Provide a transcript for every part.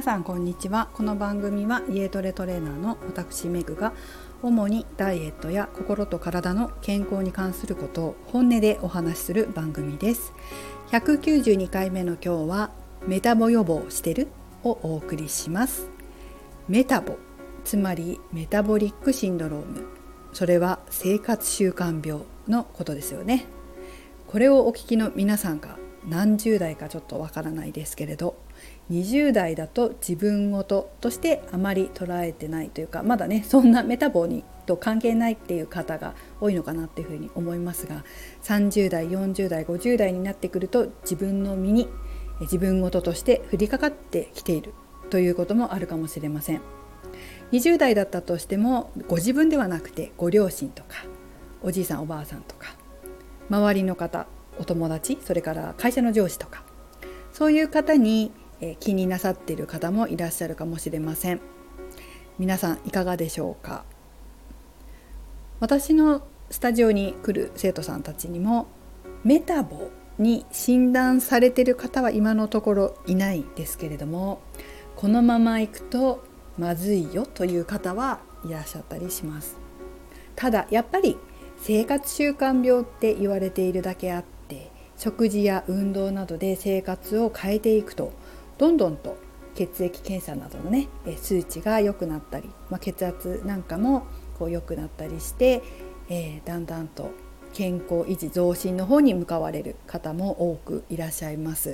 皆さんこんにちは。この番組は家トレトレーナーの私メグが主にダイエットや心と体の健康に関することを本音でお話しする番組です。192回目の今日はメタボ予防してるをお送りします。メタボ、つまりメタボリックシンドローム、それは生活習慣病のことですよね。これをお聞きの皆さんが何十代かちょっとわからないですけれど、20代だと自分ごととしてあまり捉えてないというか、まだねそんなメタボにと関係ないっていう方が多いのかなっていうふうに思いますが、30代40代50代になってくると自分の身に自分ごととして降りかかってきているということもあるかもしれません。20代だったとしてもご自分ではなくてご両親とかおじいさんおばあさんとか周りの方、お友達、それから会社の上司とか、そういう方に気になさっている方もいらっしゃるかもしれません。皆さんいかがでしょうか。私のスタジオに来る生徒さんたちにもメタボに診断されている方は今のところいないですけれども、このままいくとまずいよという方はいらっしゃったりします。ただやっぱり生活習慣病って言われているだけあって、食事や運動などで生活を変えていくとどんどんと血液検査などのね数値が良くなったり、血圧なんかも良くなったりして、だんだんと健康維持増進の方に向かわれる方も多くいらっしゃいます。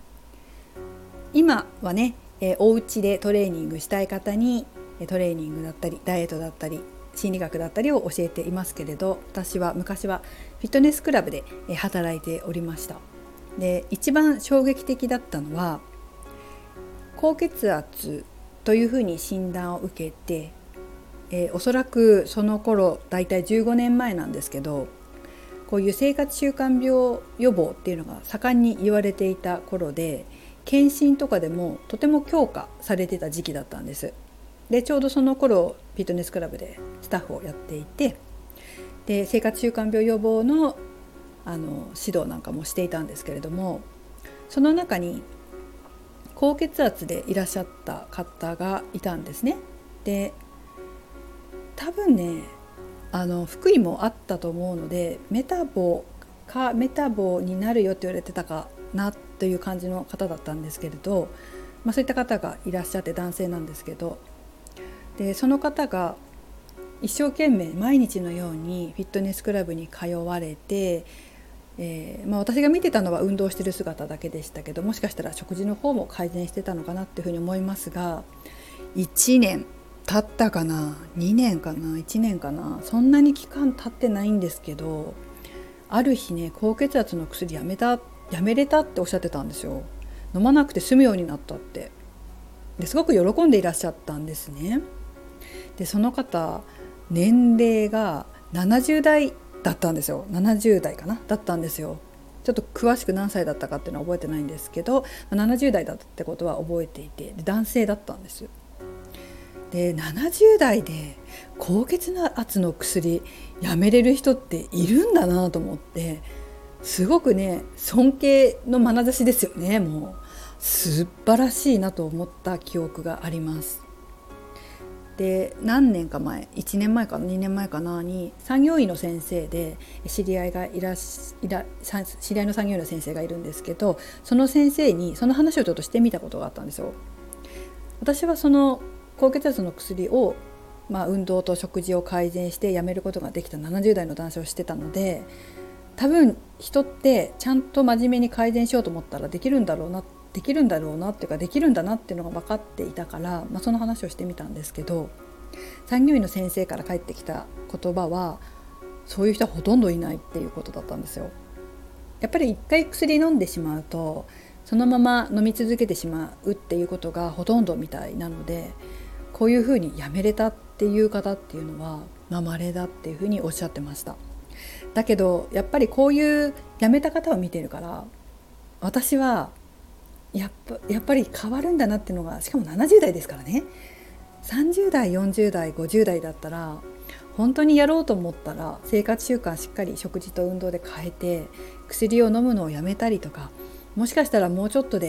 今はね、お家でトレーニングしたい方にトレーニングだったりダイエットだったり心理学だったりを教えていますけれど、私は昔はフィットネスクラブで働いておりました。で、一番衝撃的だったのは高血圧というふうに診断を受けて、おそらくその頃だいたい15年前なんですけど、こういう生活習慣病予防っていうのが盛んに言われていた頃で、検診とかでもとても強化されてた時期だったんです。で、ちょうどその頃フィットネスクラブでスタッフをやっていて、で生活習慣病予防の指導なんかもしていたんですけれども、その中に高血圧でいらっしゃった方がいたんですね。で、多分ね福井もあったと思うので、メタボになるよって言われてたかなという感じの方だったんですけれど、そういった方がいらっしゃって、男性なんですけど、でその方が一生懸命毎日のようにフィットネスクラブに通われて、私が見てたのは運動してる姿だけでしたけど、もしかしたら食事の方も改善してたのかなっていうふうに思いますが、1年経ったかな、2年かな、1年かな、そんなに期間経ってないんですけど、ある日ね、高血圧の薬やめれたっておっしゃってたんですよ。飲まなくて済むようになったって。ですごく喜んでいらっしゃったんですね。でその方、年齢が70代だったんですよ。70代かなだったんですよ。ちょっと詳しく何歳だったかっていうのは覚えてないんですけど、70代だったってことは覚えていて、で男性だったんです。で70代で高血圧の薬やめれる人っているんだなと思って、すごくね尊敬の眼差しですよね。もう素晴らしいなと思った記憶があります。で何年か前、1年前かな2年前かなに産業医の先生で知り合いの産業医の先生がいるんですけど、その先生にその話をちょっとしてみたことがあったんですよ。私はその高血圧の薬を、運動と食事を改善してやめることができた70代の男性を知ってたので、多分人ってちゃんと真面目に改善しようと思ったらできるんだろうなっていうか、できるんだなっていうのが分かっていたから、その話をしてみたんですけど、産業医の先生から返ってきた言葉は、そういう人はほとんどいないっていうことだったんですよ。やっぱり一回薬飲んでしまうとそのまま飲み続けてしまうっていうことがほとんどみたいなので、こういうふうにやめれたっていう方っていうのは稀だっていうふうにおっしゃってました。だけどやっぱりこういうやめた方を見てるから、私はやっぱり変わるんだなっていうのが、しかも70代ですからね。30代40代50代だったら本当にやろうと思ったら生活習慣しっかり食事と運動で変えて薬を飲むのをやめたりとか、もしかしたらもうちょっとで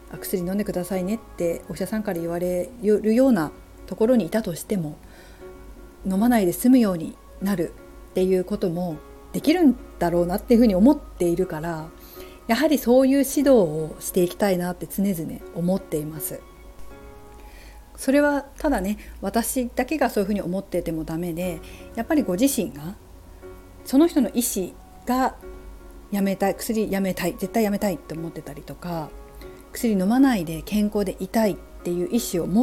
薬飲んでくださいねってお医者さんから言われるようなところにいたとしても、飲まないで済むようになるっていうこともできるんだろうなっていうふうに思っているから、やはりそういう指導をしていきたいなって常々思っています。それはただね、私だけがそういうふうに思っててもダメで、やっぱりご自身がその人の意思がやめたい、薬やめたい、絶対やめたいって思ってたりとか、薬飲まないで健康でいたいっていう意思を持って、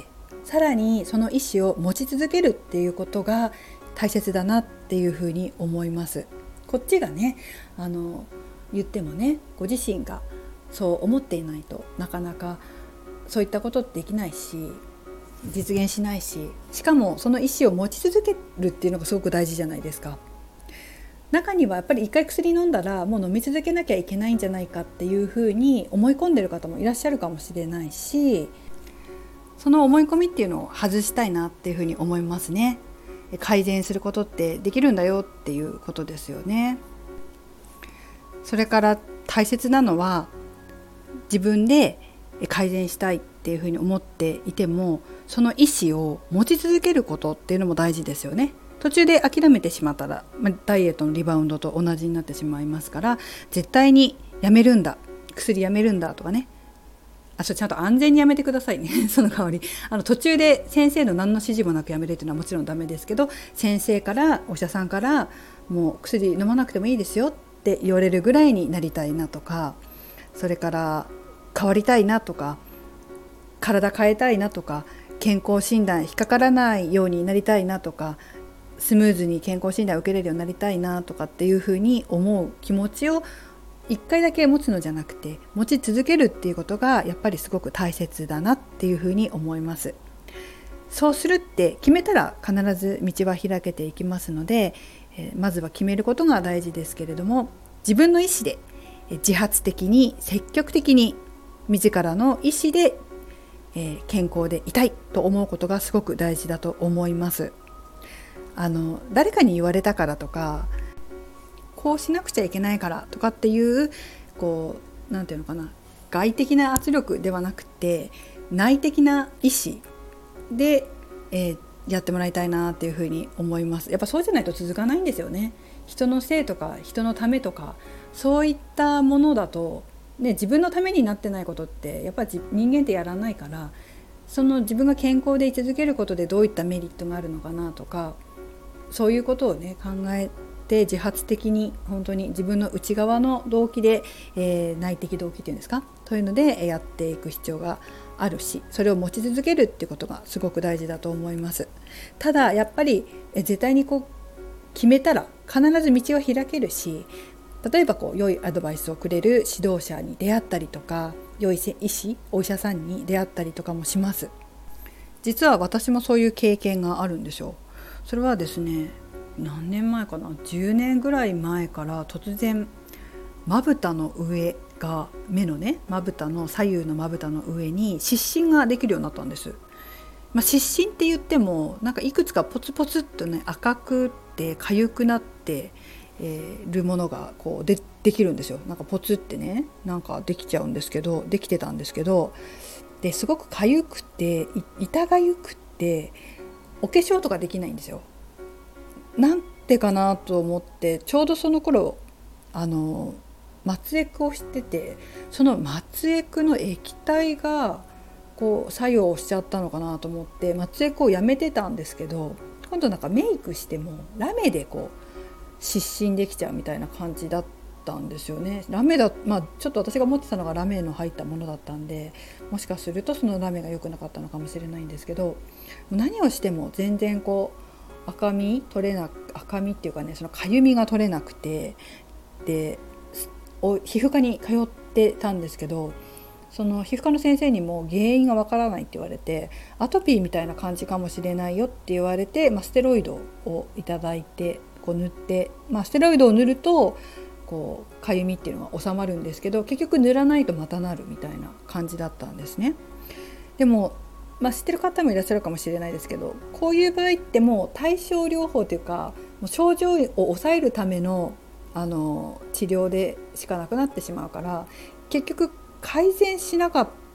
さらにその意思を持ち続けるっていうことが大切だなっていうふうに思います。こっちがね、言ってもね、ご自身がそう思っていないとなかなかそういったことってできないし、実現しないし、しかもその意思を持ち続けるっていうのがすごく大事じゃないですか。中にはやっぱり一回薬飲んだらもう飲み続けなきゃいけないんじゃないかっていうふうに思い込んでる方もいらっしゃるかもしれないし、その思い込みっていうのを外したいなっていうふうに思いますね。改善することってできるんだよっていうことですよね。それから大切なのは、自分で改善したいっていうふうに思っていても、その意思を持ち続けることっていうのも大事ですよね。途中で諦めてしまったら、ダイエットのリバウンドと同じになってしまいますから、絶対にやめるんだ、薬やめるんだとかね、ちゃんと安全にやめてくださいねその代わり途中で先生の何の指示もなくやめるっていうのはもちろんダメですけど、先生からお医者さんからもう薬飲まなくてもいいですよって言われるぐらいになりたいなとか、それから変わりたいなとか、体変えたいなとか、健康診断引っかからないようになりたいなとか、スムーズに健康診断を受けれるようになりたいなとかっていうふうに思う気持ちを一回だけ持つのじゃなくて、持ち続けるっていうことがやっぱりすごく大切だなっていうふうに思います。そうするって決めたら必ず道は開けていきますので、まずは決めることが大事ですけれども、自分の意思で自発的に積極的に自らの意思で健康でいたいと思うことがすごく大事だと思います。誰かに言われたからとか、こうしなくちゃいけないからとかっていうなんていうのかな、外的な圧力ではなくて、内的な意思で、やってもらいたいなっていうふうに思います。やっぱそうじゃないと続かないんですよね。人のせいとか人のためとかそういったものだと、ね、自分のためになってないことってやっぱり人間ってやらないから、その自分が健康でい続けることでどういったメリットがあるのかなとか、そういうことをね考えて、自発的に本当に自分の内側の動機で、内的動機っていうんですか、そういうのでやっていく必要があるし、それを持ち続けるっていうことがすごく大事だと思います。ただやっぱり絶対に決めたら必ず道は開けるし、例えば良いアドバイスをくれる指導者に出会ったりとか、良い医師、お医者さんに出会ったりとかもします。実は私もそういう経験があるんですよ。それはですね、何年前かな、10年ぐらい前から突然まぶたの上が、目のねまぶたの左右のまぶたの上に湿疹ができるようになったんです。湿疹って言ってもなんかいくつかポツポツっとね赤くって痒くなってるものができるんですよ。なんかポツってねなんかできちゃうんですけど、できてたんですけど、ですごく痒くて痛がゆくってお化粧とかできないんですよ。なんてかなと思って、ちょうどその頃松エクをしてて、その松エクの液体が作用しちゃったのかなと思って松エクをやめてたんですけど、今度なんかメイクしてもラメで湿疹できちゃうみたいな感じだったんですよね。ラメだ、ちょっと私が持ってたのがラメの入ったものだったんで、もしかするとそのラメが良くなかったのかもしれないんですけど、何をしても全然赤みっていうかね、そのかゆみが取れなくて、で皮膚科に通ってたんですけど、その皮膚科の先生にも原因がわからないって言われて、アトピーみたいな感じかもしれないよって言われて、ステロイドをいただいて塗って、ステロイドを塗るとかゆみっていうのが収まるんですけど、結局塗らないとまたなるみたいな感じだったんですね。でも知ってる方もいらっしゃるかもしれないですけど、こういう場合ってもう対症療法というか、もう症状を抑えるための治療でしかなくなってしまうから、結局改善しなかっ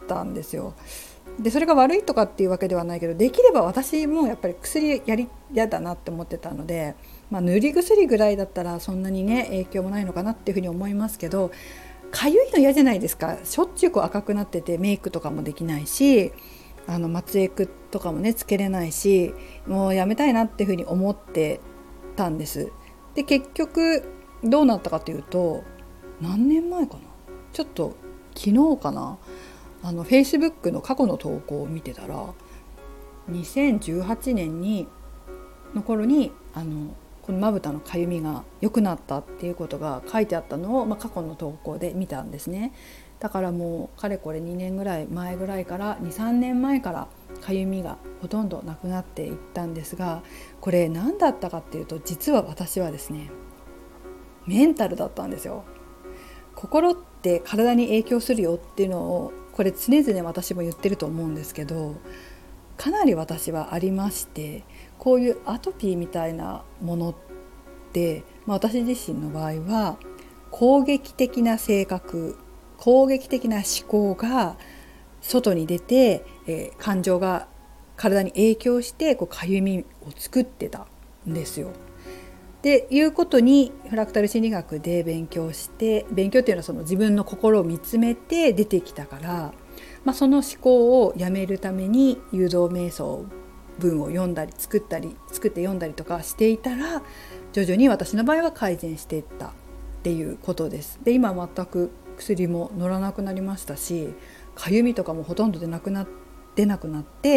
たんですよ。でそれが悪いとかっていうわけではないけど、できれば私もやっぱり薬嫌だなって思ってたので、塗り薬ぐらいだったらそんなにね影響もないのかなっていうふうに思いますけど、かゆいの嫌じゃないですか。しょっちゅう赤くなっててメイクとかもできないし、松エクとかもねつけれないし、もうやめたいなっていうふうに思ってたんです。で結局どうなったかというと、何年前かな、ちょっと昨日かな、Facebook の過去の投稿を見てたら、2018年の頃にこのまぶたのかゆみが良くなったっていうことが書いてあったのを、過去の投稿で見たんですね。だからもうかれこれ2年ぐらい前ぐらいから、 2,3 年前からかゆみがほとんどなくなっていったんですが、これ何だったかっていうと、実は私はですね、メンタルだったんですよ。心って体に影響するよっていうのを、これ常々私も言ってると思うんですけど、かなり私はありまして、こういうアトピーみたいなものって、私自身の場合は攻撃的な性格、攻撃的な思考が外に出て、感情が体に影響してかゆみを作ってたんですよ。でいうことにフラクタル心理学で勉強っていうのはその自分の心を見つめて出てきたから、その思考をやめるために誘導瞑想文を読んだり作って読んだりとかしていたら、徐々に私の場合は改善していったっていうことです。で今全く薬も乗らなくなりましたし、かゆみとかもほとんど出なくなって、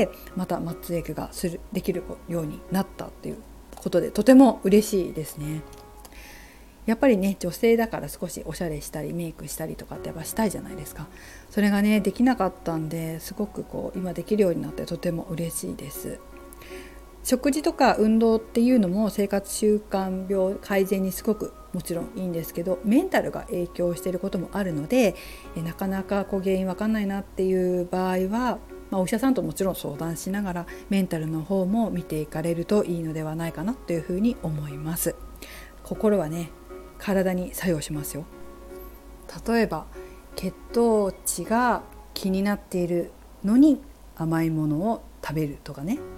また松エクができるようになったっていうことで、とても嬉しいですね。やっぱりね、女性だから少しおしゃれしたりメイクしたりとかってやっぱしたいじゃないですか。それがねできなかったんで、すごく今できるようになってとても嬉しいです。食事とか運動っていうのも生活習慣病改善にすごくもちろんいいんですけど、メンタルが影響していることもあるので、なかなか原因わかんないなっていう場合は、お医者さんともちろん相談しながらメンタルの方も見ていかれるといいのではないかなというふうに思います。心はね体に作用しますよ。例えば血糖値が気になっているのに甘いものを食べるとかね、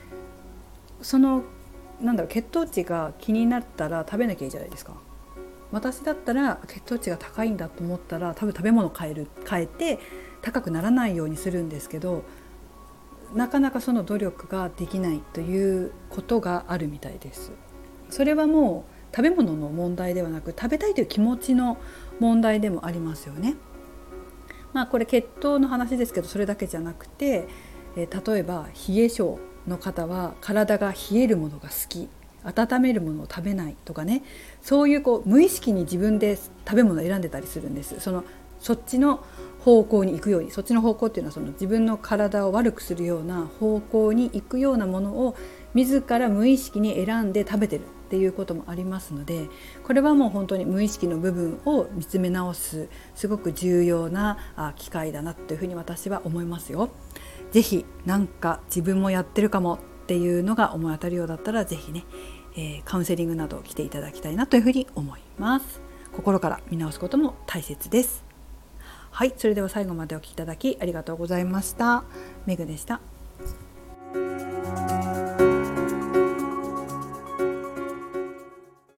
血糖値が気になったら食べなきゃいいじゃないですか。私だったら血糖値が高いんだと思ったら食べ物を変えて高くならないようにするんですけど、なかなかその努力ができないということがあるみたいです。それはもう食べ物の問題ではなく、食べたいという気持ちの問題でもありますよね。これ血糖の話ですけど、それだけじゃなくて、例えば冷え性の方は体が冷えるものが好き、温めるものを食べないとかね、そういう無意識に自分で食べ物を選んでたりするんです。そっちの方向に行くように、そっちの方向っていうのは自分の体を悪くするような方向に行くようなものを自ら無意識に選んで食べてるっていうこともありますので、これはもう本当に無意識の部分を見つめ直すすごく重要な機会だなというふうに私は思いますよ。ぜひなんか自分もやってるかもっていうのが思い当たるようだったら、ぜひね、カウンセリングなど来ていただきたいなというふうに思います。心から見直すことも大切です。はい、それでは最後までお聞きいただきありがとうございました。めぐでした。